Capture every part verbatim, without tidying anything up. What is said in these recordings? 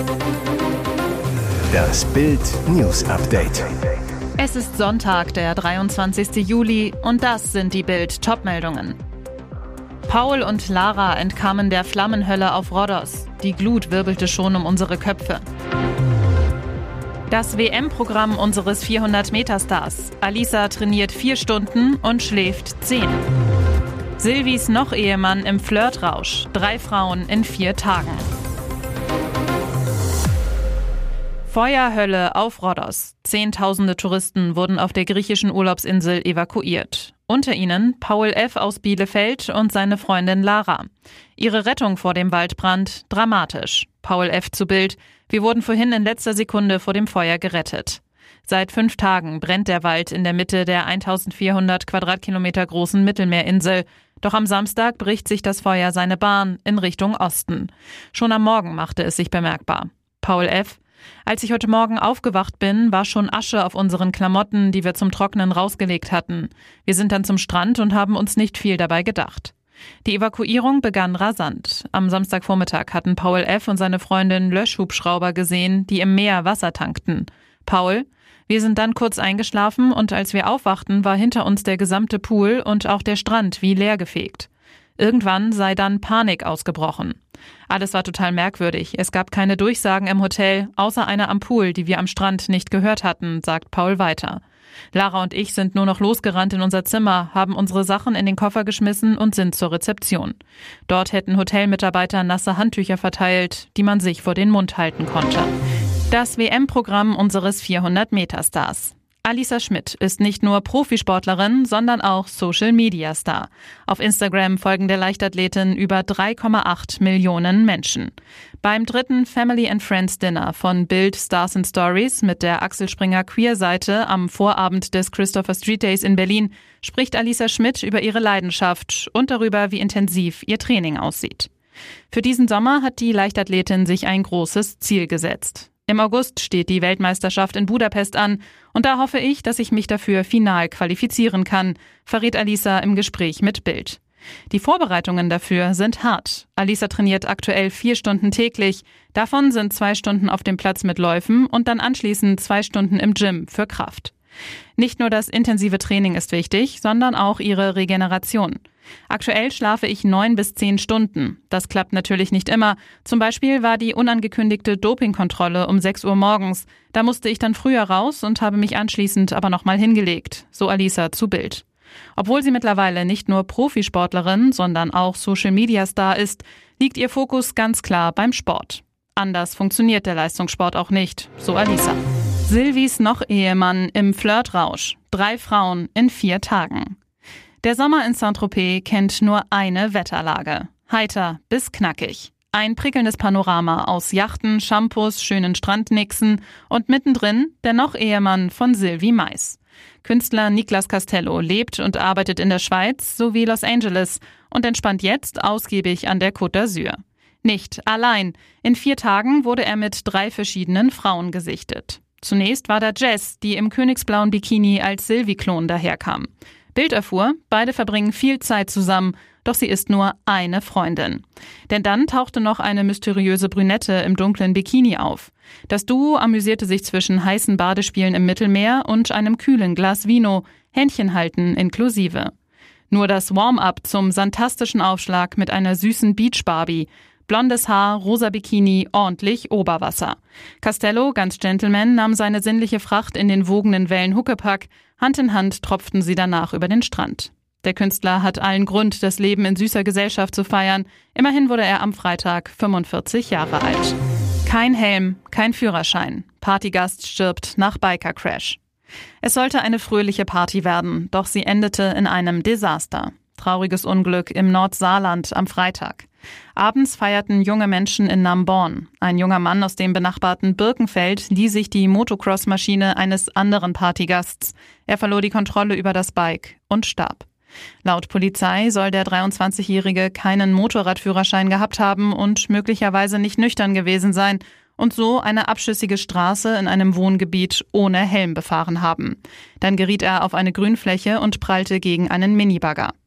Das Bild News Update. Es ist Sonntag, der dreiundzwanzigsten Juli, und das sind die Bild-Top-Meldungen. Paul und Lara entkamen der Flammenhölle auf Rhodos. Die Glut wirbelte schon um unsere Köpfe. Das W M-Programm unseres vierhundert-Meter-Stars. Alisa trainiert vier Stunden und schläft zehn. Silvis Noch-Ehemann im Flirtrausch. Drei Frauen in vier Tagen. Feuerhölle auf Rhodos. Zehntausende Touristen wurden auf der griechischen Urlaubsinsel evakuiert. Unter ihnen Paul F. aus Bielefeld und seine Freundin Lara. Ihre Rettung vor dem Waldbrand dramatisch. Paul F. zu Bild: Wir wurden vorhin in letzter Sekunde vor dem Feuer gerettet. Seit fünf Tagen brennt der Wald in der Mitte der eintausendvierhundert Quadratkilometer großen Mittelmeerinsel. Doch am Samstag bricht sich das Feuer seine Bahn in Richtung Osten. Schon am Morgen machte es sich bemerkbar. Paul F.: Als ich heute Morgen aufgewacht bin, war schon Asche auf unseren Klamotten, die wir zum Trocknen rausgelegt hatten. Wir sind dann zum Strand und haben uns nicht viel dabei gedacht. Die Evakuierung begann rasant. Am Samstagvormittag hatten Paul F. und seine Freundin Löschhubschrauber gesehen, die im Meer Wasser tankten. Paul: Wir sind dann kurz eingeschlafen und als wir aufwachten, war hinter uns der gesamte Pool und auch der Strand wie leergefegt. Irgendwann sei dann Panik ausgebrochen. Alles war total merkwürdig. Es gab keine Durchsagen im Hotel, außer einer am Pool, die wir am Strand nicht gehört hatten, sagt Paul weiter. Lara und ich sind nur noch losgerannt in unser Zimmer, haben unsere Sachen in den Koffer geschmissen und sind zur Rezeption. Dort hätten Hotelmitarbeiter nasse Handtücher verteilt, die man sich vor den Mund halten konnte. Das W M-Programm unseres vierhundert-Meter-Stars. Alisa Schmidt ist nicht nur Profisportlerin, sondern auch Social-Media-Star. Auf Instagram folgen der Leichtathletin über drei Komma acht Millionen Menschen. Beim dritten Family and Friends Dinner von Bild Stars and Stories mit der Axel Springer Queer-Seite am Vorabend des Christopher Street Days in Berlin spricht Alisa Schmidt über ihre Leidenschaft und darüber, wie intensiv ihr Training aussieht. Für diesen Sommer hat die Leichtathletin sich ein großes Ziel gesetzt. Im August steht die Weltmeisterschaft in Budapest an und da hoffe ich, dass ich mich dafür final qualifizieren kann, verrät Alisa im Gespräch mit Bild. Die Vorbereitungen dafür sind hart. Alisa trainiert aktuell vier Stunden täglich. Davon sind zwei Stunden auf dem Platz mit Läufen und dann anschließend zwei Stunden im Gym für Kraft. Nicht nur das intensive Training ist wichtig, sondern auch ihre Regeneration. Aktuell schlafe ich neun bis zehn Stunden. Das klappt natürlich nicht immer. Zum Beispiel war die unangekündigte Dopingkontrolle um sechs Uhr morgens. Da musste ich dann früher raus und habe mich anschließend aber nochmal hingelegt, so Alisa zu Bild. Obwohl sie mittlerweile nicht nur Profisportlerin, sondern auch Social-Media-Star ist, liegt ihr Fokus ganz klar beim Sport. Anders funktioniert der Leistungssport auch nicht, so Alisa. Silvis Noch-Ehemann im Flirtrausch. Drei Frauen in vier Tagen. Der Sommer in Saint-Tropez kennt nur eine Wetterlage. Heiter bis knackig. Ein prickelndes Panorama aus Yachten, Shampoos, schönen Strandnixen und mittendrin der Noch-Ehemann von Sylvie Mais. Künstler Niklas Castello lebt und arbeitet in der Schweiz sowie Los Angeles und entspannt jetzt ausgiebig an der Côte d'Azur. Nicht allein. In vier Tagen wurde er mit drei verschiedenen Frauen gesichtet. Zunächst war da Jess, die im königsblauen Bikini als Sylvie-Klon daherkam. Bild erfuhr, beide verbringen viel Zeit zusammen, doch sie ist nur eine Freundin. Denn dann tauchte noch eine mysteriöse Brünette im dunklen Bikini auf. Das Duo amüsierte sich zwischen heißen Badespielen im Mittelmeer und einem kühlen Glas Vino, Händchen halten inklusive. Nur das Warm-up zum santastischen Aufschlag mit einer süßen Beach-Barbie. Blondes Haar, rosa Bikini, ordentlich Oberwasser. Castello, ganz Gentleman, nahm seine sinnliche Fracht in den wogenden Wellen Huckepack. Hand in Hand tropften sie danach über den Strand. Der Künstler hat allen Grund, das Leben in süßer Gesellschaft zu feiern. Immerhin wurde er am Freitag fünfundvierzig Jahre alt. Kein Helm, kein Führerschein. Partygast stirbt nach Biker-Crash. Es sollte eine fröhliche Party werden, doch sie endete in einem Desaster. Trauriges Unglück im Nordsaarland am Freitag. Abends feierten junge Menschen in Namborn. Ein junger Mann aus dem benachbarten Birkenfeld lieh sich die Motocross-Maschine eines anderen Partygasts. Er verlor die Kontrolle über das Bike und starb. Laut Polizei soll der dreiundzwanzigjährige keinen Motorradführerschein gehabt haben und möglicherweise nicht nüchtern gewesen sein und so eine abschüssige Straße in einem Wohngebiet ohne Helm befahren haben. Dann geriet er auf eine Grünfläche und prallte gegen einen Minibagger.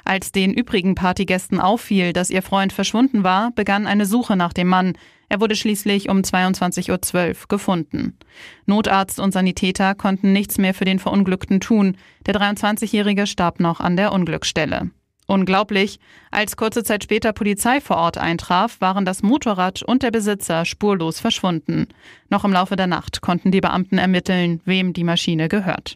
Als den übrigen Partygästen auffiel, dass ihr Freund verschwunden war, begann eine Suche nach dem Mann. Er wurde schließlich um zweiundzwanzig Uhr zwölf gefunden. Notarzt und Sanitäter konnten nichts mehr für den Verunglückten tun. Der dreiundzwanzigjährige starb noch an der Unglücksstelle. Unglaublich, als kurze Zeit später Polizei vor Ort eintraf, waren das Motorrad und der Besitzer spurlos verschwunden. Noch im Laufe der Nacht konnten die Beamten ermitteln, wem die Maschine gehört.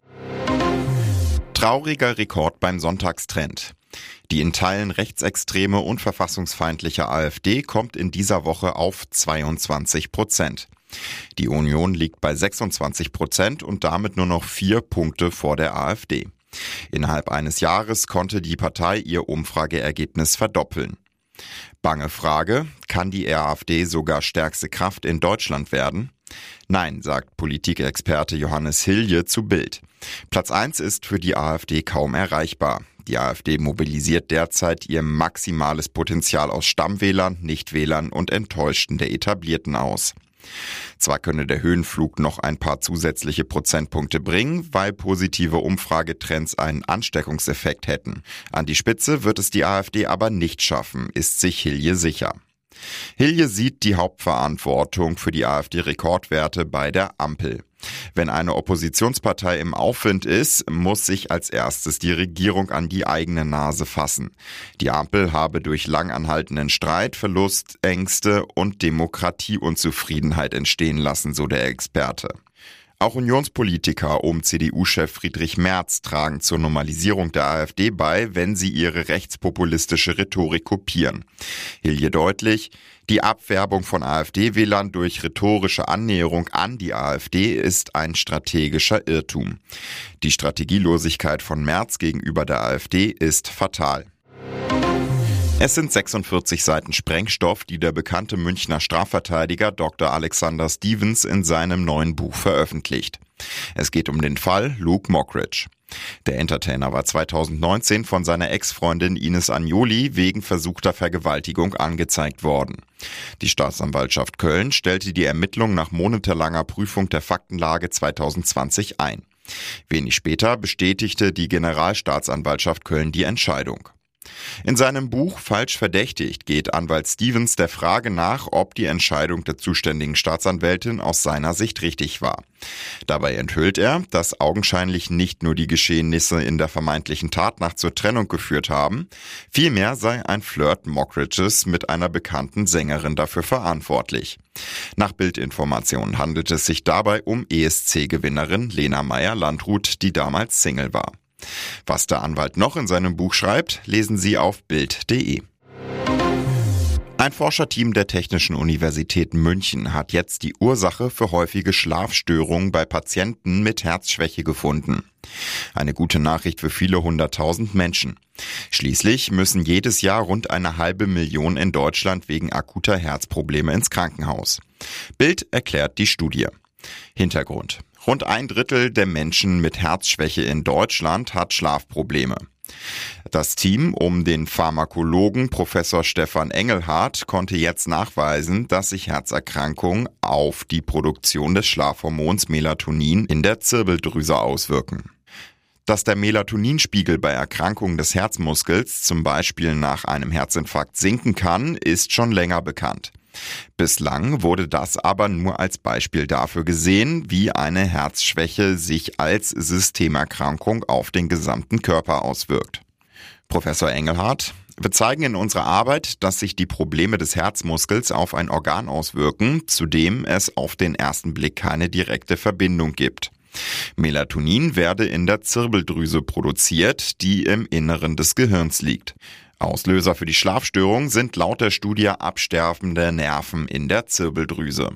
Trauriger Rekord beim Sonntagstrend. Die in Teilen rechtsextreme und verfassungsfeindliche AfD kommt in dieser Woche auf zweiundzwanzig Prozent. Die Union liegt bei sechsundzwanzig Prozent und damit nur noch vier Punkte vor der AfD. Innerhalb eines Jahres konnte die Partei ihr Umfrageergebnis verdoppeln. Bange Frage, kann die AfD sogar stärkste Kraft in Deutschland werden? Nein, sagt Politikexperte Johannes Hilje zu Bild. Platz eins ist für die AfD kaum erreichbar. Die AfD mobilisiert derzeit ihr maximales Potenzial aus Stammwählern, Nichtwählern und Enttäuschten der Etablierten aus. Zwar könne der Höhenflug noch ein paar zusätzliche Prozentpunkte bringen, weil positive Umfragetrends einen Ansteckungseffekt hätten. An die Spitze wird es die AfD aber nicht schaffen, ist sich Hilje sicher. Hilje sieht die Hauptverantwortung für die AfD-Rekordwerte bei der Ampel. Wenn eine Oppositionspartei im Aufwind ist, muss sich als erstes die Regierung an die eigene Nase fassen. Die Ampel habe durch lang anhaltenden Streit, Verlust, Ängste und Demokratieunzufriedenheit entstehen lassen, so der Experte. Auch Unionspolitiker um C D U-Chef Friedrich Merz tragen zur Normalisierung der AfD bei, wenn sie ihre rechtspopulistische Rhetorik kopieren. Hilje deutlich, die Abwerbung von AfD-Wählern durch rhetorische Annäherung an die AfD ist ein strategischer Irrtum. Die Strategielosigkeit von Merz gegenüber der AfD ist fatal. Es sind sechsundvierzig Seiten Sprengstoff, die der bekannte Münchner Strafverteidiger Doktor Alexander Stevens in seinem neuen Buch veröffentlicht. Es geht um den Fall Luke Mockridge. Der Entertainer war zweitausendneunzehn von seiner Ex-Freundin Ines Agnoli wegen versuchter Vergewaltigung angezeigt worden. Die Staatsanwaltschaft Köln stellte die Ermittlung nach monatelanger Prüfung der Faktenlage zweitausendzwanzig ein. Wenig später bestätigte die Generalstaatsanwaltschaft Köln die Entscheidung. In seinem Buch Falsch verdächtigt geht Anwalt Stevens der Frage nach, ob die Entscheidung der zuständigen Staatsanwältin aus seiner Sicht richtig war. Dabei enthüllt er, dass augenscheinlich nicht nur die Geschehnisse in der vermeintlichen Tatnacht zur Trennung geführt haben, vielmehr sei ein Flirt Mockridges mit einer bekannten Sängerin dafür verantwortlich. Nach Bildinformationen handelt es sich dabei um E S C-Gewinnerin Lena Meyer-Landrut, die damals Single war. Was der Anwalt noch in seinem Buch schreibt, lesen Sie auf bild punkt de. Ein Forscherteam der Technischen Universität München hat jetzt die Ursache für häufige Schlafstörungen bei Patienten mit Herzschwäche gefunden. Eine gute Nachricht für viele hunderttausend Menschen. Schließlich müssen jedes Jahr rund eine halbe Million in Deutschland wegen akuter Herzprobleme ins Krankenhaus. Bild erklärt die Studie. Hintergrund: Rund ein Drittel der Menschen mit Herzschwäche in Deutschland hat Schlafprobleme. Das Team um den Pharmakologen Professor Stefan Engelhardt konnte jetzt nachweisen, dass sich Herzerkrankungen auf die Produktion des Schlafhormons Melatonin in der Zirbeldrüse auswirken. Dass der Melatoninspiegel bei Erkrankungen des Herzmuskels, zum Beispiel nach einem Herzinfarkt, sinken kann, ist schon länger bekannt. Bislang wurde das aber nur als Beispiel dafür gesehen, wie eine Herzschwäche sich als Systemerkrankung auf den gesamten Körper auswirkt. Professor Engelhardt: Wir zeigen in unserer Arbeit, dass sich die Probleme des Herzmuskels auf ein Organ auswirken, zu dem es auf den ersten Blick keine direkte Verbindung gibt. Melatonin werde in der Zirbeldrüse produziert, die im Inneren des Gehirns liegt. Auslöser für die Schlafstörung sind laut der Studie absterbende Nerven in der Zirbeldrüse.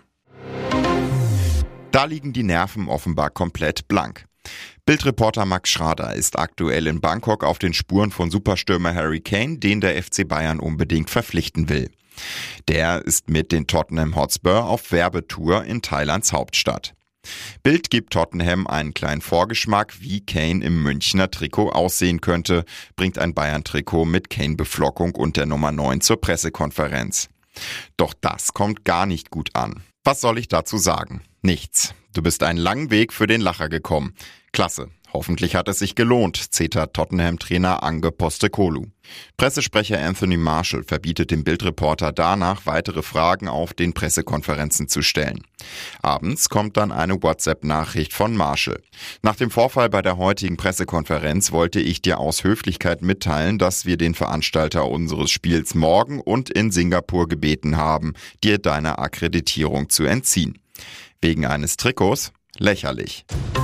Da liegen die Nerven offenbar komplett blank. Bildreporter Max Schrader ist aktuell in Bangkok auf den Spuren von Superstürmer Harry Kane, den der F C Bayern unbedingt verpflichten will. Der ist mit den Tottenham Hotspur auf Werbetour in Thailands Hauptstadt. Bild gibt Tottenham einen kleinen Vorgeschmack, wie Kane im Münchner Trikot aussehen könnte, bringt ein Bayern-Trikot mit Kane-Beflockung und der Nummer neun zur Pressekonferenz. Doch das kommt gar nicht gut an. Was soll ich dazu sagen? Nichts. Du bist einen langen Weg für den Lacher gekommen. Klasse. Hoffentlich hat es sich gelohnt, zetert Tottenham-Trainer Ange Postecoglou. Pressesprecher Anthony Marshall verbietet dem Bildreporter danach, weitere Fragen auf den Pressekonferenzen zu stellen. Abends kommt dann eine WhatsApp-Nachricht von Marshall. Nach dem Vorfall bei der heutigen Pressekonferenz wollte ich dir aus Höflichkeit mitteilen, dass wir den Veranstalter unseres Spiels morgen und in Singapur gebeten haben, dir deine Akkreditierung zu entziehen. Wegen eines Trikots? Lächerlich.